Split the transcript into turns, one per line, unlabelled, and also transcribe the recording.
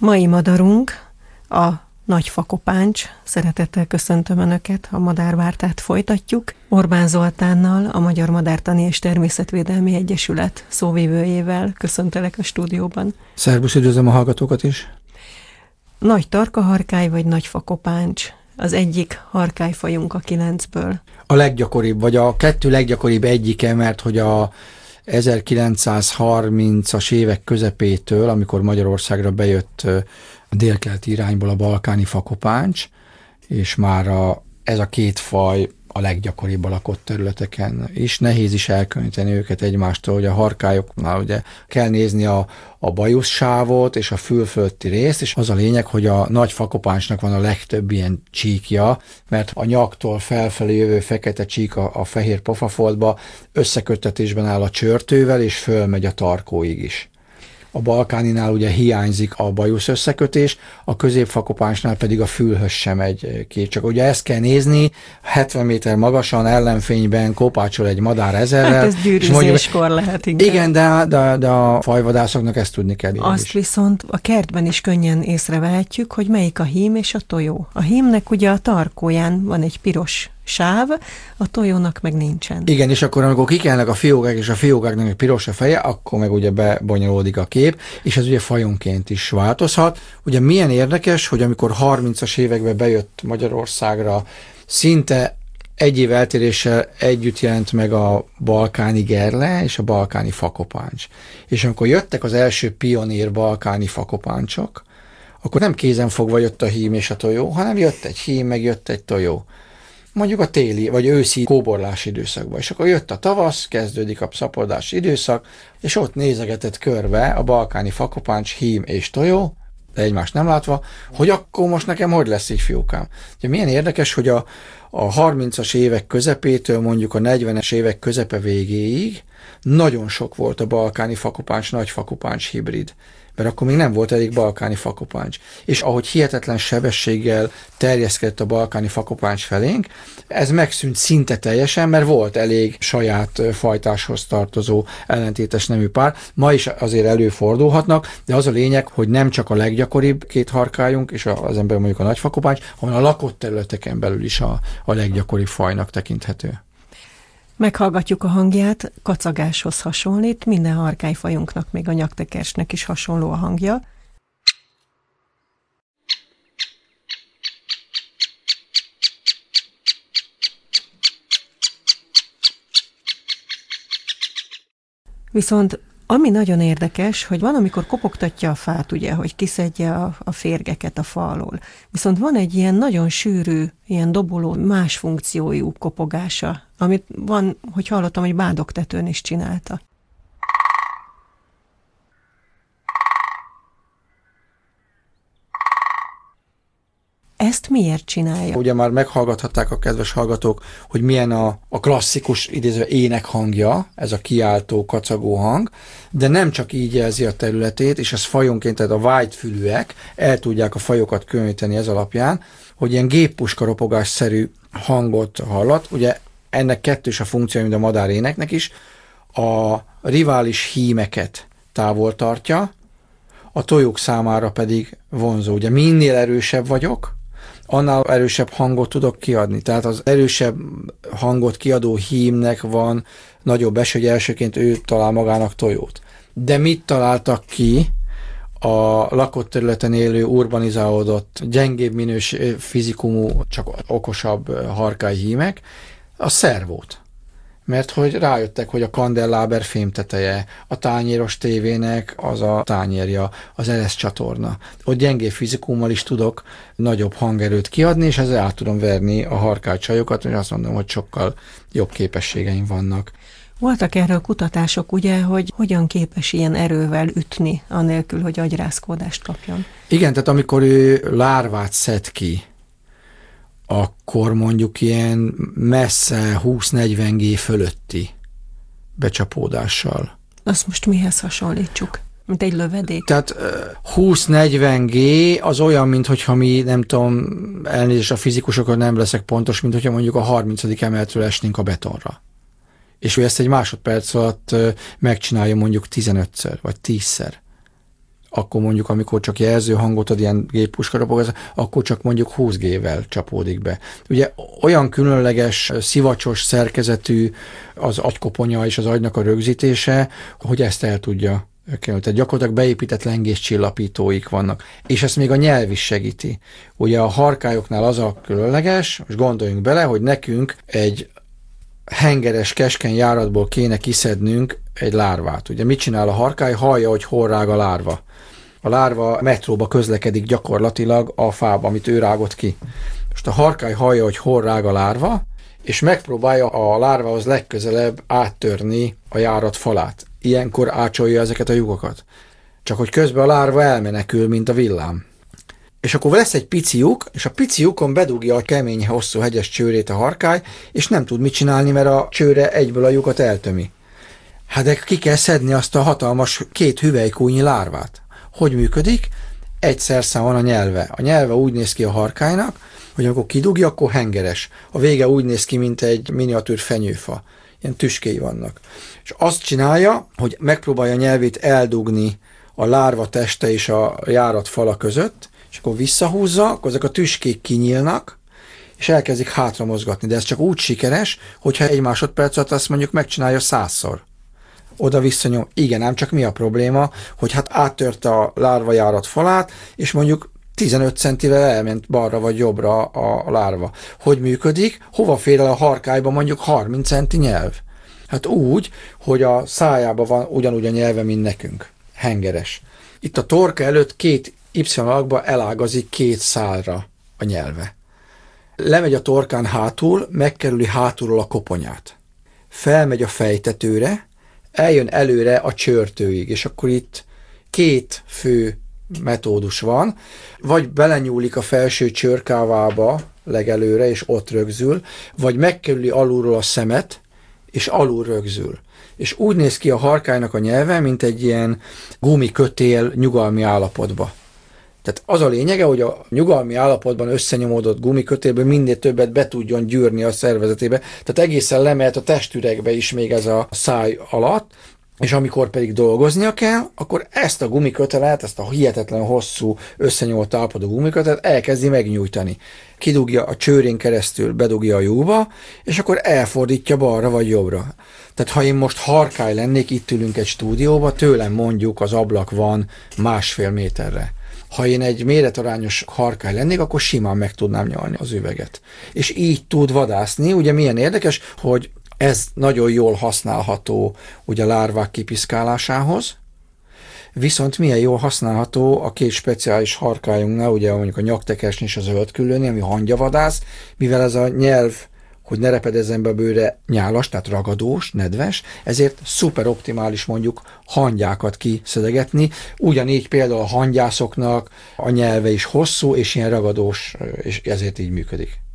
Mai madarunk a nagy fakopáncs. Szeretettel köszöntöm Önöket, a Madárvártát folytatjuk. Orbán Zoltánnal, a Magyar Madártani és Természetvédelmi Egyesület szóvivőjével köszöntelek a stúdióban.
Szervusz, üdvözlöm a hallgatókat is!
Nagy tarkaharkály vagy nagy fakopáncs? Az egyik harkályfajunk a 9-ből.
A leggyakoribb, vagy a kettő leggyakoribb egyike, mert hogy a 1930-as évek közepétől, amikor Magyarországra bejött a délkeleti irányból a balkáni fakopáncs, és már ez a két faj a leggyakoribb a lakott területeken is. Nehéz is elkülöníteni őket egymástól, hogy a harkályoknál ugye kell nézni a bajuszsávot és a fül fölötti részt, és az a lényeg, hogy a nagy fakopáncsnak van a legtöbb ilyen csíkja, mert a nyaktól felfelé jövő fekete csík a fehér pofafoltba összeköttetésben áll a csörtővel, és fölmegy a tarkóig is. A balkáninál ugye hiányzik a bajusz összekötés, a középfakopáncsnál pedig a fülhöz sem megy ki. Csak ugye ezt kell nézni, 70 méter magasan, ellenfényben kopácsol egy madár ezerrel.
Hát ez gyűrűzéskor lehet inkább.
Igen, de a fajvadászoknak ezt tudni kell.
Azt is. Viszont a kertben is könnyen észrevehetjük, hogy melyik a hím és a tojó. A hímnek ugye a tarkóján van egy piros sáv, a tojónak meg nincsen.
Igen, és akkor amikor kikelnek a fiókák, és a fiókáknak egy piros a feje, akkor meg ugye bebonyolódik a kép, és ez ugye fajonként is változhat. Ugye milyen érdekes, hogy amikor 30-as években bejött Magyarországra, szinte egy év eltéréssel együtt jelent meg a balkáni gerle és a balkáni fakopáncs. És amikor jöttek az első pionír balkáni fakopáncsok, akkor nem kézenfogva jött a hím és a tojó, hanem jött egy hím, meg jött egy tojó. Mondjuk a téli vagy őszi kóborlási időszakban. És akkor jött a tavasz, kezdődik a szaporodás időszak, és ott nézegetett körbe a balkáni fakopáncs, hím és tojó, de egymást nem látva, hogy akkor most nekem hogy lesz így fiúkám. Ugye milyen érdekes, hogy a 30-as évek közepétől mondjuk a 40-es évek közepe végéig nagyon sok volt a balkáni fakopáncs, nagy fakopáncs hibrid. Mert akkor még nem volt elég balkáni fakopáncs. És ahogy hihetetlen sebességgel terjeszkedett a balkáni fakopáncs felénk, ez megszűnt szinte teljesen, mert volt elég saját fajtáshoz tartozó ellentétes nemű pár. Ma is azért előfordulhatnak, de az a lényeg, hogy nem csak a leggyakoribb két harkályunk, és az ember mondjuk a nagy fakopáncs, hanem a lakott területeken belül is a leggyakoribb fajnak tekinthető.
Meghallgatjuk a hangját, kacagáshoz hasonlít, minden harkályfajunknak, még a nyaktekersnek is hasonló a hangja. Viszont ami nagyon érdekes, hogy van, amikor kopogtatja a fát, ugye, hogy kiszedje a férgeket a fa alól. Viszont van egy ilyen nagyon sűrű, ilyen doboló, más funkciójú kopogása, amit van, hogy hallottam, hogy bádogtetőn is csinálta. Ezt miért csinálja?
Ugye már meghallgathatták a kedves hallgatók, hogy milyen a klasszikus idéző ének hangja, ez a kiáltó, kacagó hang, de nem csak így jelzi a területét, és ez fajonként, tehát a vájtfülűek el tudják a fajokat különíteni ez alapján, hogy ilyen géppuskaropogásszerű hangot hallat. Ugye ennek kettős a funkció, mint a madáréneknek is, a rivális hímeket távol tartja, a tojók számára pedig vonzó. Ugye minél erősebb vagyok, annál erősebb hangot tudok kiadni. Tehát az erősebb hangot kiadó hímnek van nagyobb esély, hogy elsőként ő talál magának tojót. De mit találtak ki a lakott területen élő, urbanizálódott, gyengébb fizikumú, csak okosabb harkályhímek? A szervót. Mert hogy rájöttek, hogy a kandelláber fémteteje, a tányéros tévének az a tányérja, az ereszcsatorna. Ott gyengébb fizikummal is tudok nagyobb hangerőt kiadni, és ezzel át tudom verni a harkálycsajokat, és azt mondom, hogy sokkal jobb képességeim vannak.
Voltak erről kutatások, ugye, hogy hogyan képes ilyen erővel ütni, anélkül, hogy agyrázkódást kapjon.
Igen, tehát amikor ő lárvát szed ki, akkor mondjuk ilyen messze 20-40 G fölötti becsapódással.
Azt most mihez hasonlítsuk? Mint egy lövedék?
Tehát 20-40 G az olyan, mintha mi, nem tudom, elnézést a fizikusokon nem leszek pontos, mint hogyha mondjuk a 30. emeletről esnénk a betonra. És ő ezt egy másodperc alatt megcsinálja mondjuk 15-ször, vagy 10-szer. akkor mondjuk, amikor csak jelzőhangot ad, ilyen géppuskarapogatás, akkor csak mondjuk 20 G-vel csapódik be. Ugye olyan különleges, szivacsos szerkezetű az agykoponya és az agynak a rögzítése, hogy ezt el tudja kerülni. Tehát gyakorlatilag beépített lengéscsillapítóik vannak. És ezt még a nyelv is segíti. Ugye a harkályoknál az a különleges, most gondoljunk bele, hogy nekünk egy hengeres, keskeny járatból kéne kiszednünk egy lárvát. Ugye mit csinál a harkály? Hallja, hogy hol rág a lárva. A lárva metróba közlekedik gyakorlatilag a fába, amit ő rágott ki. Most a harkály hallja, hogy hol rág a lárva, és megpróbálja a lárvához legközelebb áttörni a járat falát. Ilyenkor ácsolja ezeket a lyukokat. Csak hogy közben a lárva elmenekül, mint a villám. És akkor lesz egy pici lyuk, és a pici lyukon bedugja a kemény, hosszú, hegyes csőrét a harkály, és nem tud mit csinálni, mert a csőre egyből a lyukat eltömi. Hát de ki kell szedni azt a hatalmas 2 hüvelykújnyi lárvát. Hogy működik? Egy szerszám van a nyelve. A nyelve úgy néz ki a harkálynak, hogy amikor kidugja, akkor hengeres. A vége úgy néz ki, mint egy miniatűr fenyőfa. Ilyen tüskéi vannak. És azt csinálja, hogy megpróbálja a nyelvét eldugni a lárva teste és a járat fala között, és akkor visszahúzza, akkor ezek a tüskék kinyílnak, és elkezdik hátra mozgatni. De ez csak úgy sikeres, hogyha 1 másodperc alatt azt mondjuk megcsinálja 100-szor. Oda-vissza nyom. Igen, ám csak mi a probléma, hogy hát áttört a lárva járat falát, és mondjuk 15 centivel elment balra vagy jobbra a lárva. Hogy működik? Hova fér el a harkályba mondjuk 30 centi nyelv? Hát úgy, hogy a szájában van ugyanúgy a nyelve, mint nekünk. Hengeres. Itt a torka előtt 2 Y-alakba elágazik 2 szálra a nyelve. Lemegy a torkán hátul, megkerüli hátulról a koponyát. Felmegy a fejtetőre, eljön előre a csörtőig, és akkor itt 2 fő metódus van, vagy belenyúlik a felső csőrkávába legelőre, és ott rögzül, vagy megkerüli alulról a szemet, és alul rögzül. És úgy néz ki a harkálynak a nyelve, mint egy ilyen gumikötél nyugalmi állapotba. Tehát az a lényege, hogy a nyugalmi állapotban összenyomódott gumikötélből minél többet be tudjon gyűrni a szervezetébe. Tehát egészen lemehet a testüregbe is még ez a száj alatt, és amikor pedig dolgoznia kell, akkor ezt a gumikötelet, ezt a hihetetlen hosszú, összenyolt állapotú gumikötelet elkezdi megnyújtani. Kidugja a csőrén keresztül, bedugja a lyukba, és akkor elfordítja balra vagy jobbra. Tehát ha én most harkály lennék, itt ülünk egy stúdióba, tőlem mondjuk az ablak van 1,5 méterre. Ha én egy méretarányos harkály lennék, akkor simán meg tudnám nyalni az üveget. És így tud vadászni. Ugye milyen érdekes, hogy ez nagyon jól használható ugye a lárvák kipiszkálásához, viszont milyen jól használható a 2 speciális harkályunknál, ugye mondjuk a nyaktekesnél és a zöldküllőnél, ami hangyavadász, mivel ez a nyelv, hogy ne repedezzen be a bőre, nyálas, tehát ragadós, nedves, ezért szuper optimális mondjuk hangyákat kiszedegetni. Ugyanígy például a hangyászoknak a nyelve is hosszú, és ilyen ragadós, és ezért így működik.